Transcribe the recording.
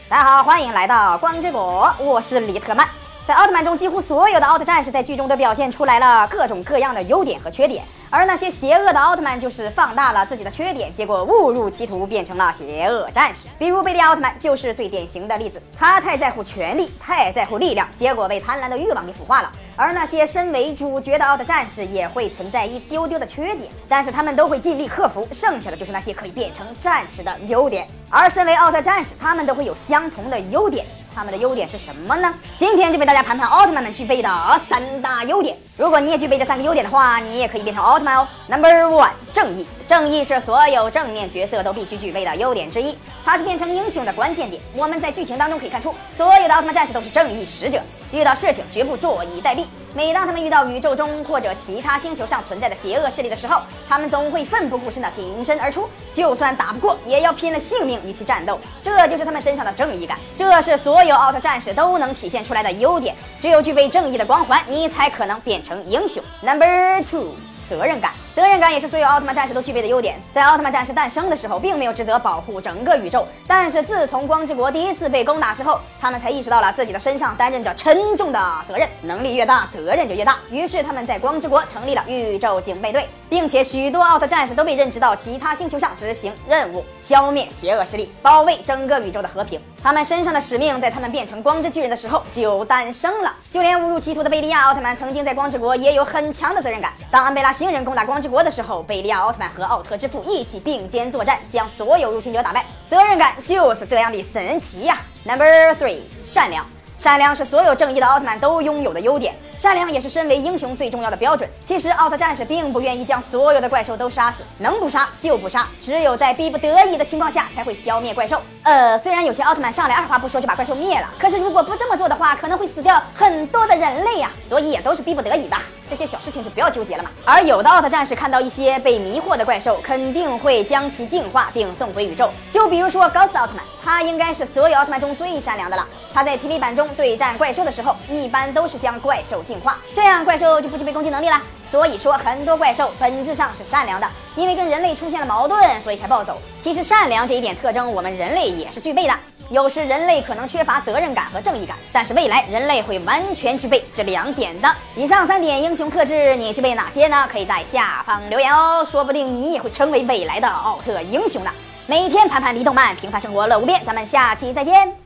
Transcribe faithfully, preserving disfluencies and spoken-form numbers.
大家好，欢迎来到光之国，我是李特曼。在奥特曼中，几乎所有的奥特战士在剧中都表现出来了各种各样的优点和缺点，而那些邪恶的奥特曼就是放大了自己的缺点，结果误入歧途，变成了邪恶战士。比如贝利亚奥特曼就是最典型的例子，他太在乎权力，太在乎力量，结果被贪婪的欲望给腐化了。而那些身为主角的奥特战士也会存在一丢丢的缺点，但是他们都会尽力克服，剩下的就是那些可以变成战士的优点。而身为奥特战士，他们都会有相同的优点。他们的优点是什么呢？今天就为大家盘盘奥特曼们具备的三大优点。如果你也具备这三个优点的话，你也可以变成奥特曼哦。Number one， 正义。正义是所有正面角色都必须具备的优点之一，它是变成英雄的关键点。我们在剧情当中可以看出，所有的奥特曼战士都是正义使者，遇到事情绝不坐以待毙。每当他们遇到宇宙中或者其他星球上存在的邪恶势力的时候，他们总会奋不顾身地挺身而出，就算打不过，也要拼了性命与其战斗。这就是他们身上的正义感，这是所有奥特战士都能体现出来的优点。只有具备正义的光环，你才可能变成英雄。Number two， 责任感。责任感也是所有奥特曼战士都具备的优点。在奥特曼战士诞生的时候，并没有职责保护整个宇宙，但是自从光之国第一次被攻打之后，他们才意识到了自己的身上担任着沉重的责任，能力越大，责任就越大。于是他们在光之国成立了宇宙警备队，并且许多奥特战士都被任职到其他星球上执行任务，消灭邪恶势力，保卫整个宇宙的和平。他们身上的使命在他们变成光之巨人的时候就诞生了。就连误入歧途的贝利亚奥特曼曾经在光之国也有很强的责任感。当安贝拉星人攻打光之国的时候，贝利亚奥特曼和奥特之父一起并肩作战，将所有入侵者打败。责任感就是这样的神奇呀、啊、！Number three， 善良。善良是所有正义的奥特曼都拥有的优点，善良也是身为英雄最重要的标准。其实奥特战士并不愿意将所有的怪兽都杀死，能不杀就不杀，只有在逼不得已的情况下才会消灭怪兽。呃，虽然有些奥特曼上来二话不说就把怪兽灭了，可是如果不这么做的话，可能会死掉很多的人类呀、啊，所以也都是逼不得已的。这些小事情就不要纠结了嘛。而有的奥特战士看到一些被迷惑的怪兽，肯定会将其净化并送回宇宙。就比如说高斯奥特曼，他应该是所有奥特曼中最善良的了。他在 T V 版中对战怪兽的时候，一般都是将怪兽净化，这样怪兽就不具备攻击能力了。所以说很多怪兽本质上是善良的，因为跟人类出现了矛盾，所以才暴走。其实善良这一点特征，我们人类也是具备的。有时人类可能缺乏责任感和正义感，但是未来人类会完全具备这两点的。以上三点英雄特质，你具备哪些呢？可以在下方留言哦，说不定你也会成为未来的奥特英雄呢。每天盘盘离动漫，平凡生活乐无边，咱们下期再见。